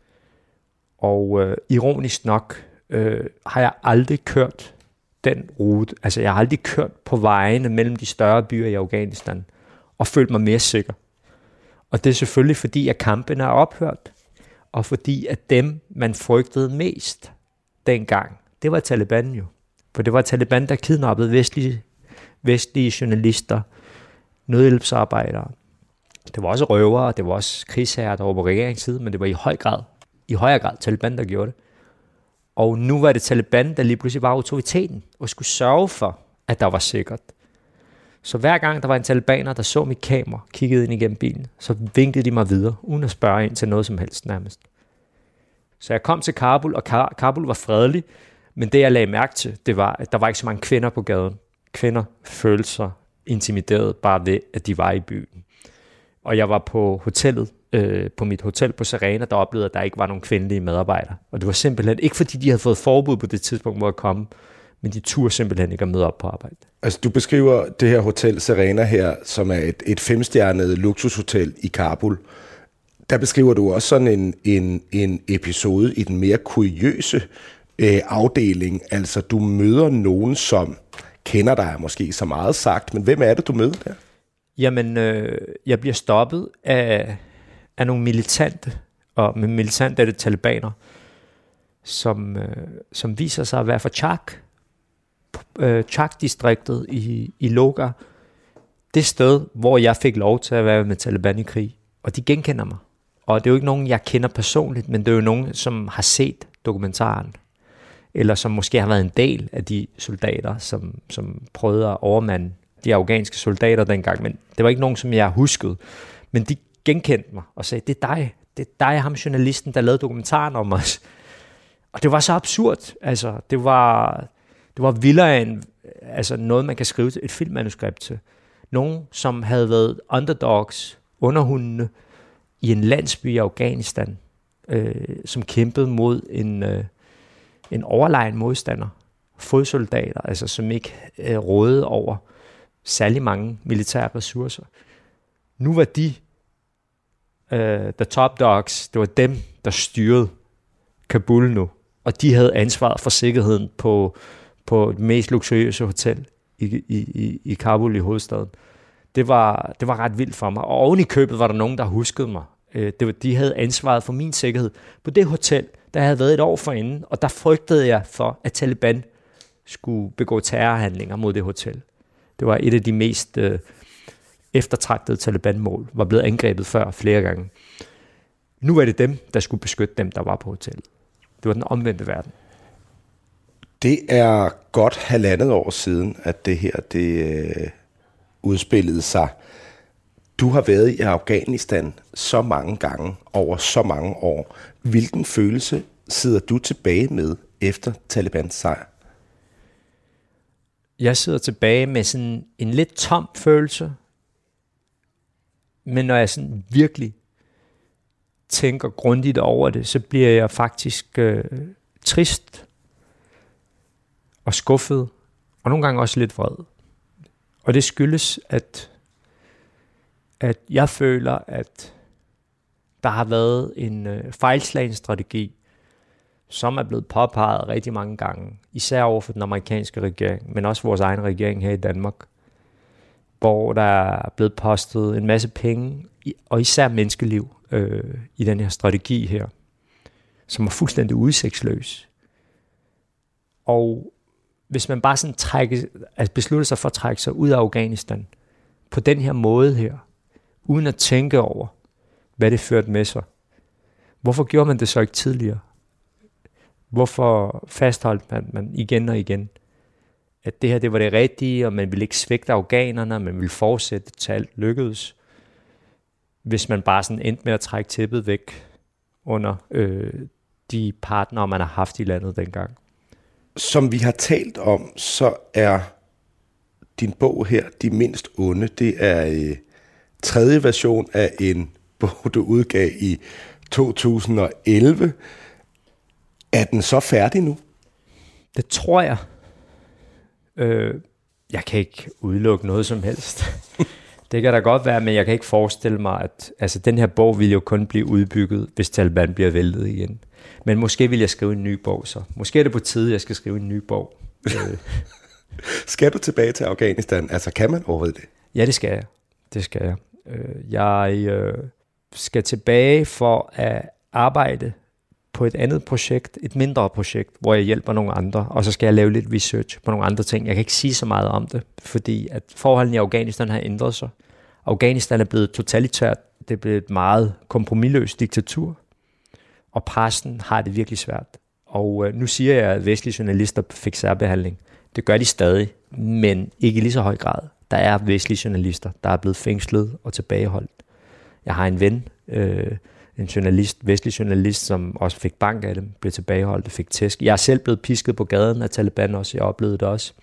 Og øh, ironisk nok øh, har jeg aldrig kørt den rute, altså jeg har aldrig kørt på vejene mellem de større byer i Afghanistan, og følt mig mere sikker. Og det er selvfølgelig fordi, at kampene er ophørt, og fordi at dem, man frygtede mest dengang, det var Taliban jo. For det var Taliban, der kidnappede vestlige, vestlige journalister, nødhjælpsarbejdere. Det var også røvere, det var også krigsherrer, der var på regeringssiden, men det var i høj grad, i højere grad Taliban, der gjorde det. Og nu var det Taliban, der lige pludselig var autoriteten, og skulle sørge for, at der var sikkert. Så hver gang der var en talibaner, der så mit kamera, kiggede ind igennem bilen, så vinkede de mig videre, uden at spørge ind til noget som helst nærmest. Så jeg kom til Kabul, og Kar- Kabul var fredelig, men det jeg lagde mærke til, det var, at der var ikke så mange kvinder på gaden. Kvinder følte sig intimideret bare ved, at de var i byen. Og jeg var på hotellet, øh, på mit hotel på Serena, der oplevede, at der ikke var nogen kvindelige medarbejdere. Og det var simpelthen ikke, fordi de havde fået forbud på det tidspunkt, hvor at komme, men de turde simpelthen ikke at møde op på arbejde. Altså, du beskriver det her hotel Serena her, som er et, et femstjernet luksushotel i Kabul. Der beskriver du også sådan en, en, en episode i den mere kuriøse øh, afdeling. Altså, du møder nogen, som kender dig måske så meget sagt, men hvem er det, du møder der? Jamen, øh, jeg bliver stoppet af, af nogle militante, og med militante er det talibaner, som, øh, som viser sig at være fra Chak, øh, Chak-distriktet i, i Logar. Det sted, hvor jeg fik lov til at være med Taliban i krig. Og de genkender mig. Og det er jo ikke nogen, jeg kender personligt, men det er jo nogen, som har set dokumentaren. Eller som måske har været en del af de soldater, som, som prøvede at overmande de afghanske soldater dengang. Men det var ikke nogen, som jeg huskede. Men de genkendte mig og sagde, det er dig. Det er dig, ham journalisten, der lavede dokumentaren om os. Og det var så absurd. Altså, det var, det var vildere end altså noget, man kan skrive til et filmmanuskript til. Nogen, som havde været underdogs, underhundene, i en landsby i Afghanistan, øh, som kæmpede mod en, øh, en overlegen modstander. Fodsoldater, altså som ikke øh, rådede over særlig mange militære ressourcer. Nu var de, øh, the top dogs, det var dem, der styrede Kabul nu. Og de havde ansvaret for sikkerheden på, på det mest luksuriøse hotel i, i, i, i Kabul i hovedstaden. Det var, det var ret vildt for mig. Og oven i købet var der nogen, der huskede mig. Det var, de havde ansvaret for min sikkerhed. På det hotel, der havde været et år forinden, og der frygtede jeg for, at Taliban skulle begå terrorhandlinger mod det hotel. Det var et af de mest øh, eftertragtede Taliban-mål, var blevet angrebet før flere gange. Nu var det dem, der skulle beskytte dem, der var på hotellet. Det var den omvendte verden. Det er godt halvandet år siden, at det her det øh, udspillede sig. Du har været i Afghanistan så mange gange, over så mange år. Hvilken følelse sidder du tilbage med efter Talibans sejr? Jeg sidder tilbage med sådan en lidt tom følelse. Men når jeg sådan virkelig tænker grundigt over det, så bliver jeg faktisk øh, trist og skuffet, og nogle gange også lidt vred. Og det skyldes, at at jeg føler, at der har været en øh, fejlslagen strategi, som er blevet påpeget rigtig mange gange, især over for den amerikanske regering, men også vores egen regering her i Danmark, hvor der er blevet postet en masse penge, og især menneskeliv, øh, i den her strategi her, som er fuldstændig udsigtsløs. Og hvis man bare sådan trækker, altså beslutter sig for at trække sig ud af Afghanistan på den her måde her, uden at tænke over, hvad det førte med sig, hvorfor gjorde man det så ikke tidligere? Hvorfor fastholdt man, man igen og igen, at det her det var det rigtige, og man ville ikke svigte afghanerne, man ville fortsætte til alt lykkedes, hvis man bare sådan endte med at trække tæppet væk under øh, de partnere, man har haft i landet dengang. Som vi har talt om, så er din bog her, De mindst onde, det er øh, tredje version af en bog, du udgav i to tusind og elleve. Er den så færdig nu? Det tror jeg. Øh, jeg kan ikke udelukke noget som helst. Det kan da godt være, men jeg kan ikke forestille mig, at altså, den her bog vil jo kun blive udbygget, hvis Taliban bliver væltet igen. Men måske vil jeg skrive en ny bog så. Måske er det på tide, jeg skal skrive en ny bog. Skal du tilbage til Afghanistan? Altså, kan man overhovedet det? Ja, det skal jeg. Det skal jeg. Jeg øh, skal tilbage for at arbejde på et andet projekt, et mindre projekt, hvor jeg hjælper nogle andre, og så skal jeg lave lidt research på nogle andre ting. Jeg kan ikke sige så meget om det, fordi at forholdene i Afghanistan har ændret sig. Afghanistan er blevet totalitært, det er blevet et meget kompromisløst diktatur, og pressen har det virkelig svært. Og øh, nu siger jeg, at vestlige journalister fik særbehandling. Det gør de stadig, men ikke i lige så høj grad. Der er vestlige journalister, der er blevet fængslet og tilbageholdt. Jeg har en ven, øh, en journalist, vestlig journalist, som også fik bank af dem, blev tilbageholdt og fik tæsk. Jeg er selv blevet pisket på gaden af Taliban også, jeg oplevede det også.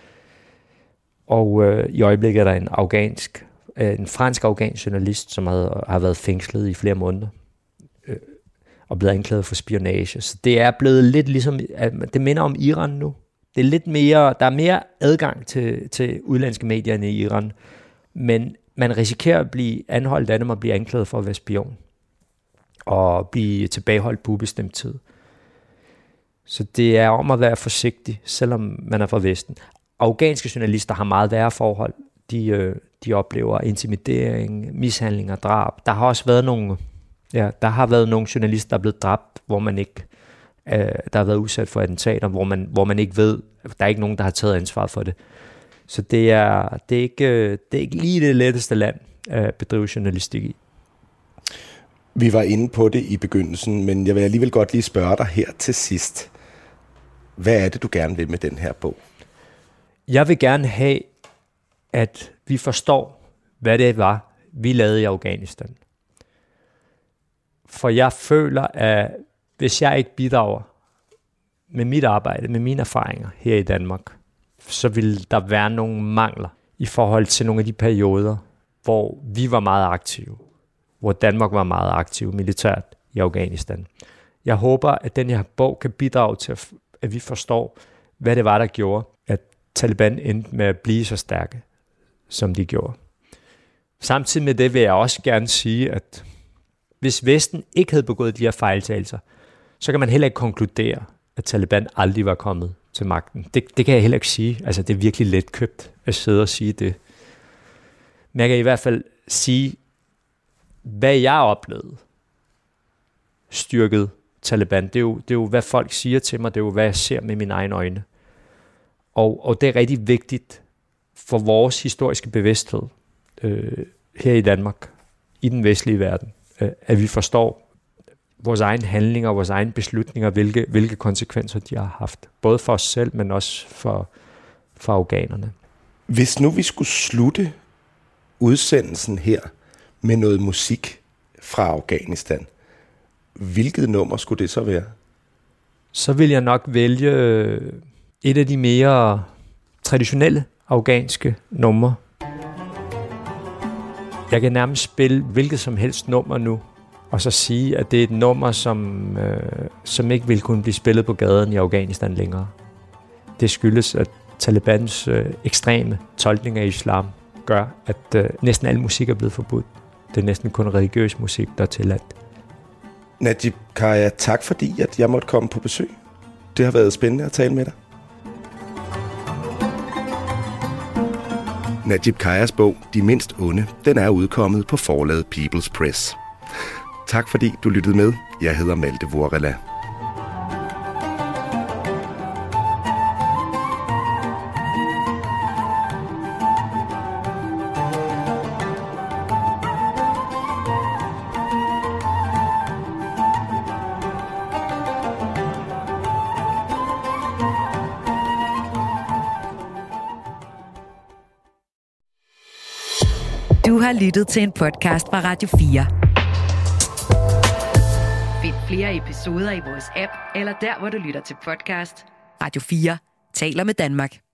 Og øh, i øjeblikket er der en afghansk, øh, en fransk-afghansk journalist, som havde, har været fængslet i flere måneder, øh, og blevet anklaget for spionage. Så det er blevet lidt ligesom, det minder om Iran nu. Det er lidt mere, der er mere adgang til, til udlandske medier end i Iran, men man risikerer at blive anholdt af dem og blive anklaget for at være spion og blive tilbageholdt på ubestemt tid. Så det er om at være forsigtig, selvom man er fra Vesten. Afghanske journalister har meget værre forhold. De, øh, de oplever intimidering, mishandling og drab. Der har også været nogle, ja, der har været nogle journalister, der er blevet dræbt, hvor man ikke, øh, der har været udsat for attentater, hvor man, hvor man ikke ved, der er ikke nogen, der har taget ansvar for det. Så det er, det er, ikke, det er ikke lige det letteste land at bedrive journalistik i. Vi var inde på det i begyndelsen, men jeg vil alligevel godt lige spørge dig her til sidst. Hvad er det, du gerne vil med den her bog? Jeg vil gerne have, at vi forstår, hvad det var, vi lavede i Afghanistan. For jeg føler, at hvis jeg ikke bidrager med mit arbejde, med mine erfaringer her i Danmark, så vil der være nogle mangler i forhold til nogle af de perioder, hvor vi var meget aktive, hvor Danmark var meget aktiv militært i Afghanistan. Jeg håber, at den her bog kan bidrage til, at vi forstår, hvad det var, der gjorde, at Taliban endte med at blive så stærke, som de gjorde. Samtidig med det vil jeg også gerne sige, at hvis Vesten ikke havde begået de her fejltagelser, så kan man heller ikke konkludere, at Taliban aldrig var kommet til magten. Det, det kan jeg heller ikke sige. Altså, det er virkelig letkøbt at sidde og sige det. Men jeg kan i hvert fald sige, hvad jeg oplevede styrket Taliban. Det er, jo, det er jo, hvad folk siger til mig. Det er jo, hvad jeg ser med mine egne øjne. Og, og det er rigtig vigtigt for vores historiske bevidsthed øh, her i Danmark, i den vestlige verden, øh, at vi forstår vores egne handlinger og vores egne beslutninger, hvilke, hvilke konsekvenser de har haft. Både for os selv, men også for, for afghanerne. Hvis nu vi skulle slutte udsendelsen her med noget musik fra Afghanistan, hvilket nummer skulle det så være? Så vil jeg nok vælge et af de mere traditionelle afghanske numre. Jeg kan nærmest spille hvilket som helst nummer nu, og så sige, at det er et nummer, som, øh, som ikke vil kunne blive spillet på gaden i Afghanistan længere. Det skyldes, at Talibans øh, ekstreme tolkning af islam gør, at øh, næsten al musik er blevet forbudt. Det er næsten kun religiøs musik, der er tilladt. Najib Khaja, tak fordi at jeg måtte komme på besøg. Det har været spændende at tale med dig. Najib Khajas bog, De mindst onde, den er udkommet på forlaget People's Press. Tak fordi du lyttede med. Jeg hedder Malte Vorela. Du har lyttet til en podcast fra Radio fire. Find flere episoder i vores app, eller der, hvor du lytter til podcast. Radio fire taler med Danmark.